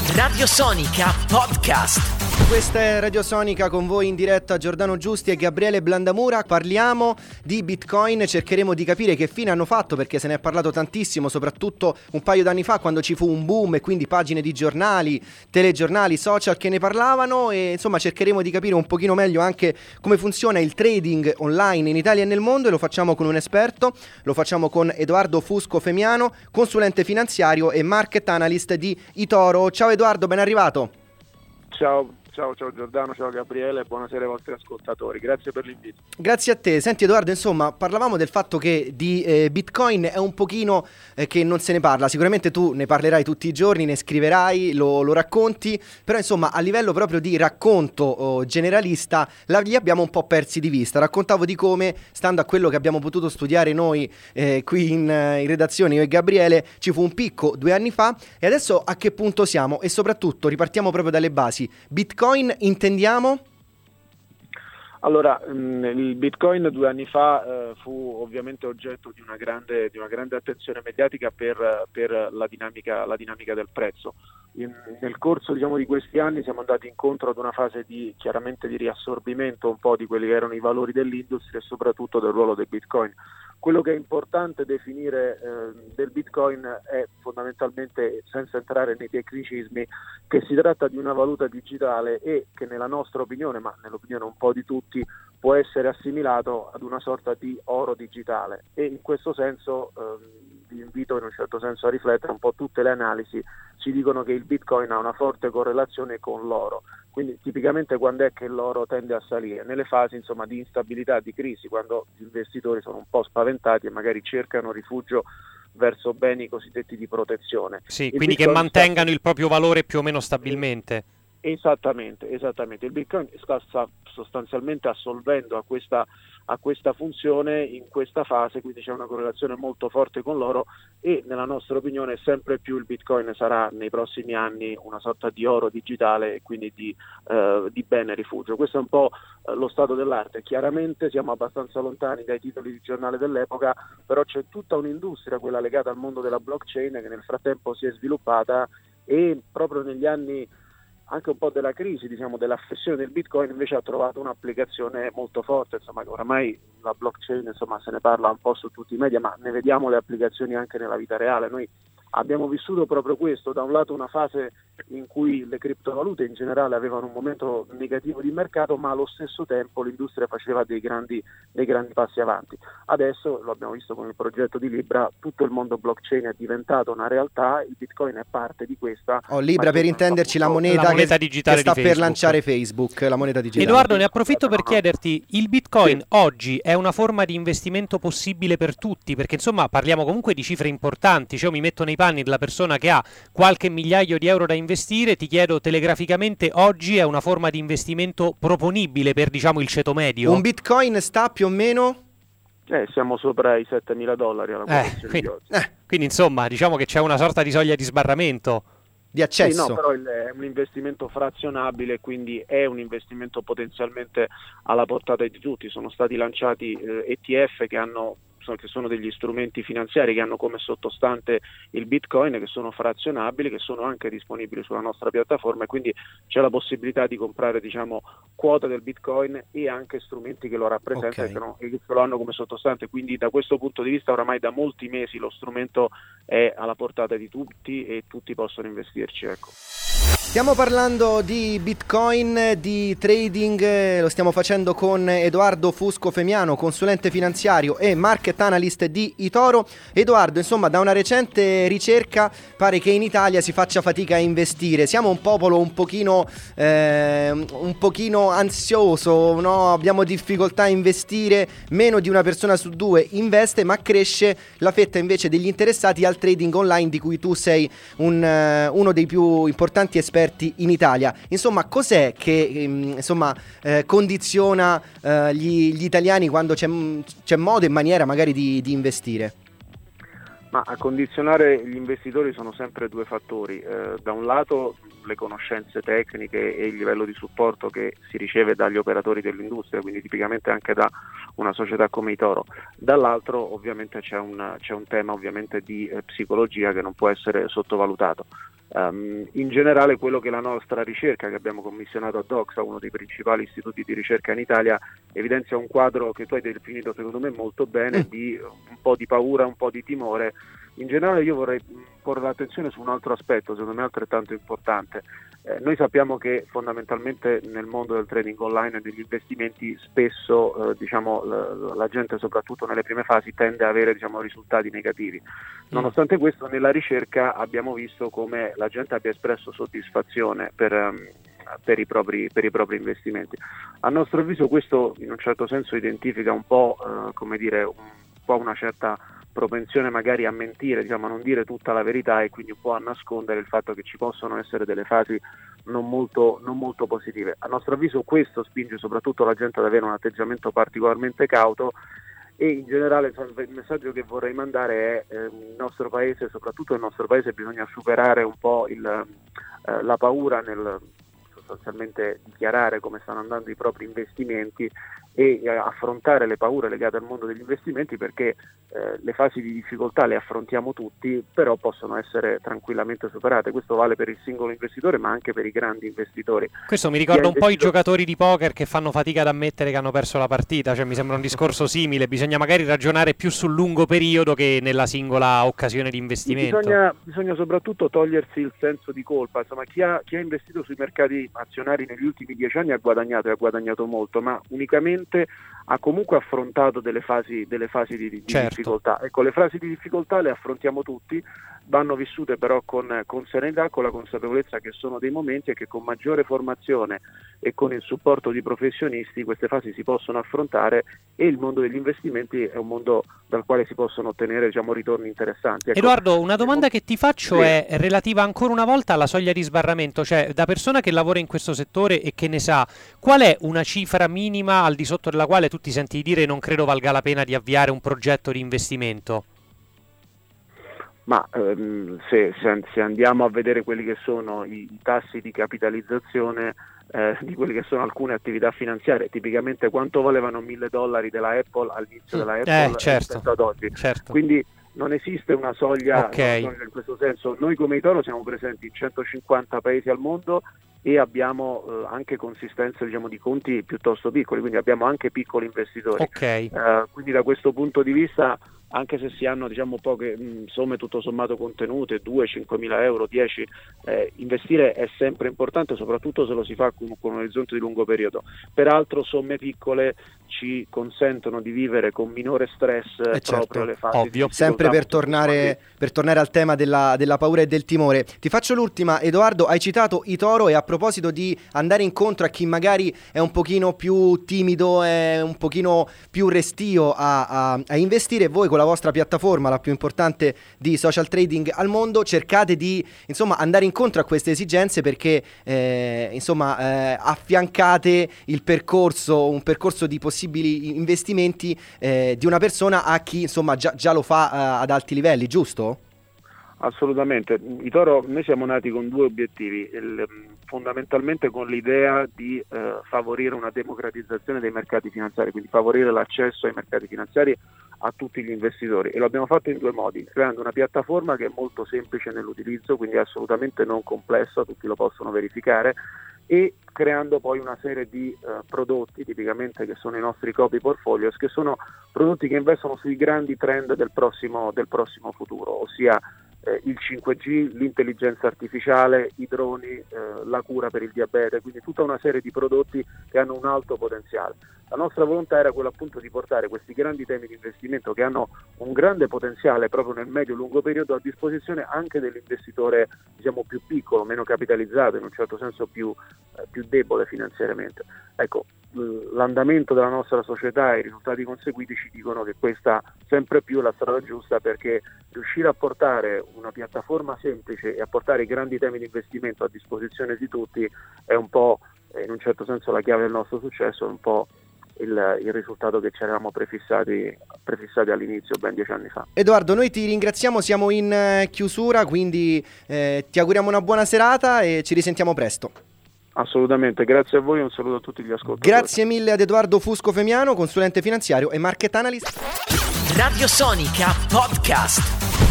Radio Sonica Podcast. Questa è Radio Sonica, con voi in diretta Giordano Giusti e Gabriele Blandamura. Parliamo di Bitcoin, cercheremo di capire che fine hanno fatto, perché se ne è parlato tantissimo, soprattutto un paio d'anni fa, quando ci fu un boom e quindi pagine di giornali, telegiornali, social che ne parlavano, e insomma cercheremo di capire un pochino meglio anche come funziona il trading online in Italia e nel mondo, e lo facciamo con un esperto, lo facciamo con Edoardo Fusco Femiano, consulente finanziario e market analyst di eToro. Ciao Edoardo, ben arrivato. Ciao Giordano, ciao Gabriele, buonasera ai vostri ascoltatori, grazie per l'invito. Grazie a te. Senti Edoardo, insomma, parlavamo del fatto che di Bitcoin è un pochino che non se ne parla, sicuramente tu ne parlerai tutti i giorni, ne scriverai, lo racconti, però insomma a livello proprio di racconto generalista li abbiamo un po' persi di vista. Raccontavo di come, stando a quello che abbiamo potuto studiare noi qui in redazione, io e Gabriele, ci fu un picco 2 anni fa, e adesso a che punto siamo? E soprattutto ripartiamo proprio dalle basi. Bitcoin intendiamo? Allora, il Bitcoin 2 anni fa fu ovviamente oggetto di una grande attenzione mediatica per la dinamica del prezzo. Nel corso di questi anni siamo andati incontro ad una fase chiaramente di riassorbimento un po' di quelli che erano i valori dell'industria e soprattutto del ruolo del Bitcoin. Quello che è importante definire del Bitcoin è fondamentalmente, senza entrare nei tecnicismi, che si tratta di una valuta digitale e che nella nostra opinione, ma nell'opinione un po' di tutti, può essere assimilato ad una sorta di oro digitale, e in questo senso vi invito in un certo senso a riflettere. Un po' tutte le analisi ci dicono che il Bitcoin ha una forte correlazione con l'oro. Quindi tipicamente quando è che l'oro tende a salire? Nelle fasi di instabilità, di crisi, quando gli investitori sono un po' spaventati e magari cercano rifugio verso beni cosiddetti di protezione. Sì, quindi Bitcoin che mantengano il proprio valore più o meno stabilmente. Esattamente. Il Bitcoin sta sostanzialmente assolvendo a questa funzione in questa fase, quindi c'è una correlazione molto forte con l'oro, e nella nostra opinione sempre più il Bitcoin sarà nei prossimi anni una sorta di oro digitale e quindi di bene rifugio. Questo è un po' lo stato dell'arte. Chiaramente siamo abbastanza lontani dai titoli di giornale dell'epoca, però c'è tutta un'industria, quella legata al mondo della blockchain, che nel frattempo si è sviluppata, e proprio negli anni anche un po' della crisi, dell'affessione del Bitcoin, invece ha trovato un'applicazione molto forte. Che oramai la blockchain se ne parla un po' su tutti i media, ma ne vediamo le applicazioni anche nella vita reale. Noi abbiamo vissuto proprio questo: da un lato una fase in cui le criptovalute in generale avevano un momento negativo di mercato, ma allo stesso tempo l'industria faceva dei grandi passi avanti. Adesso, lo abbiamo visto con il progetto di Libra, tutto il mondo blockchain è diventato una realtà, il Bitcoin è parte di questa. Libra, per intenderci, la moneta digitale che sta per lanciare Facebook, la moneta digitale. Edoardo, ne approfitto per chiederti, il Bitcoin oggi è una forma di investimento possibile per tutti? Perché parliamo comunque di cifre importanti, io mi metto nei panni della persona che ha qualche migliaio di euro da investire, ti chiedo telegraficamente, oggi è una forma di investimento proponibile per il ceto medio? Un Bitcoin sta più o meno? Siamo sopra i $7.000 alla quotazione di oggi. Quindi che c'è una sorta di soglia di sbarramento. Di accesso. Sì, no, però è un investimento frazionabile, quindi è un investimento potenzialmente alla portata di tutti. Sono stati lanciati ETF che sono degli strumenti finanziari che hanno come sottostante il Bitcoin, che sono frazionabili, che sono anche disponibili sulla nostra piattaforma, e quindi c'è la possibilità di comprare quote del Bitcoin e anche strumenti che lo rappresentano, e che lo hanno come sottostante. Quindi da questo punto di vista oramai da molti mesi lo strumento è alla portata di tutti e tutti possono investirci. Stiamo parlando di Bitcoin, di trading, lo stiamo facendo con Edoardo Fusco Femiano, consulente finanziario e market analyst di eToro. Edoardo, da una recente ricerca pare che in Italia si faccia fatica a investire. Siamo un popolo un pochino ansioso, no? Abbiamo difficoltà a investire, meno di una persona su 2 investe, ma cresce la fetta invece degli interessati al trading online, di cui tu sei uno dei più importanti esperti in Italia. Cos'è che condiziona gli italiani quando c'è modo e maniera magari di investire? Ma a condizionare gli investitori sono sempre due fattori, da un lato le conoscenze tecniche e il livello di supporto che si riceve dagli operatori dell'industria, quindi tipicamente anche da una società come eToro, dall'altro ovviamente c'è un tema ovviamente di psicologia che non può essere sottovalutato. In generale quello che la nostra ricerca che abbiamo commissionato a Doxa, uno dei principali istituti di ricerca in Italia, evidenzia un quadro che tu hai definito secondo me molto bene, di un po' di paura, un po' di timore. In generale io vorrei porre l'attenzione su un altro aspetto, secondo me altrettanto importante. Noi sappiamo che fondamentalmente nel mondo del trading online e degli investimenti spesso la gente, soprattutto nelle prime fasi, tende ad avere risultati negativi. Nonostante questo, nella ricerca abbiamo visto come la gente abbia espresso soddisfazione per i propri investimenti. A nostro avviso questo in un certo senso identifica un po' una certa propensione magari a mentire, a non dire tutta la verità, e quindi un po' a nascondere il fatto che ci possono essere delle fasi non molto positive. A nostro avviso questo spinge soprattutto la gente ad avere un atteggiamento particolarmente cauto, e in generale il messaggio che vorrei mandare è il nostro paese, soprattutto nel nostro paese bisogna superare un po' la paura nel sostanzialmente dichiarare come stanno andando i propri investimenti e affrontare le paure legate al mondo degli investimenti, perché le fasi di difficoltà le affrontiamo tutti, però possono essere tranquillamente superate. Questo vale per il singolo investitore ma anche per i grandi investitori. Questo mi ricorda un po' i giocatori di poker che fanno fatica ad ammettere che hanno perso la partita, cioè mi sembra un discorso simile, bisogna magari ragionare più sul lungo periodo che nella singola occasione di investimento. Bisogna soprattutto togliersi il senso di colpa. Insomma, chi ha investito sui mercati azionari negli ultimi 10 anni ha guadagnato molto, ma unicamente ha comunque affrontato delle fasi di difficoltà. Ecco, le fasi di difficoltà le affrontiamo tutti, vanno vissute però con serenità, con la consapevolezza che sono dei momenti e che con maggiore formazione e con il supporto di professionisti queste fasi si possono affrontare, e il mondo degli investimenti è un mondo dal quale si possono ottenere ritorni interessanti. Ecco, Edoardo, una domanda che ti faccio è relativa ancora una volta alla soglia di sbarramento, cioè da persona che lavora in questo settore e che ne sa, qual è una cifra minima al di sotto della quale tu ti senti di dire non credo valga la pena di avviare un progetto di investimento? Ma se andiamo a vedere quelli che sono i tassi di capitalizzazione di quelle che sono alcune attività finanziarie, tipicamente quanto valevano $1.000 della Apple all'inizio della Apple rispetto ad oggi. Certo. Quindi non esiste una soglia, in questo senso. Noi come eToro siamo presenti in 150 paesi al mondo e abbiamo anche consistenze di conti piuttosto piccoli, quindi abbiamo anche piccoli investitori. Quindi da questo punto di vista, anche se si hanno poche somme tutto sommato contenute, 2-5.000 euro, 10, investire è sempre importante, soprattutto se lo si fa con un orizzonte di lungo periodo. Peraltro somme piccole ci consentono di vivere con minore stress proprio le fasi ovvio. Sempre per tornare al tema della paura e del timore. Ti faccio l'ultima, Edoardo. Hai citato eToro, e a proposito di andare incontro a chi magari è un pochino più timido, è un pochino più restio a investire, voi con la vostra piattaforma, la più importante di social trading al mondo, cercate di andare incontro a queste esigenze, perché affiancate un percorso di possibili investimenti di una persona a chi già lo fa ad alti livelli, giusto? Assolutamente. eToro, noi siamo nati con due obiettivi, fondamentalmente con l'idea di favorire una democratizzazione dei mercati finanziari, quindi favorire l'accesso ai mercati finanziari a tutti gli investitori, e lo abbiamo fatto in due modi: creando una piattaforma che è molto semplice nell'utilizzo, quindi assolutamente non complessa, tutti lo possono verificare, e creando poi una serie di prodotti tipicamente che sono i nostri copy portfolios, che sono prodotti che investono sui grandi trend del prossimo futuro, ossia il 5G, l'intelligenza artificiale, i droni, la cura per il diabete, quindi tutta una serie di prodotti che hanno un alto potenziale. La nostra volontà era quella appunto di portare questi grandi temi di investimento che hanno un grande potenziale proprio nel medio-lungo periodo a disposizione anche dell'investitore più piccolo, meno capitalizzato, in un certo senso più debole finanziariamente. Ecco, l'andamento della nostra società e i risultati conseguiti ci dicono che questa sempre più è la strada giusta, perché riuscire a portare una piattaforma semplice e a portare i grandi temi di investimento a disposizione di tutti è un po', in un certo senso, la chiave del nostro successo, è un po' il risultato che ci eravamo prefissati all'inizio, ben 10 anni fa. Edoardo, noi ti ringraziamo, siamo in chiusura, quindi ti auguriamo una buona serata e ci risentiamo presto. Assolutamente, grazie a voi e un saluto a tutti gli ascoltatori. Grazie mille ad Edoardo Fusco Femiano, consulente finanziario e market analyst. Radio Sonica Podcast.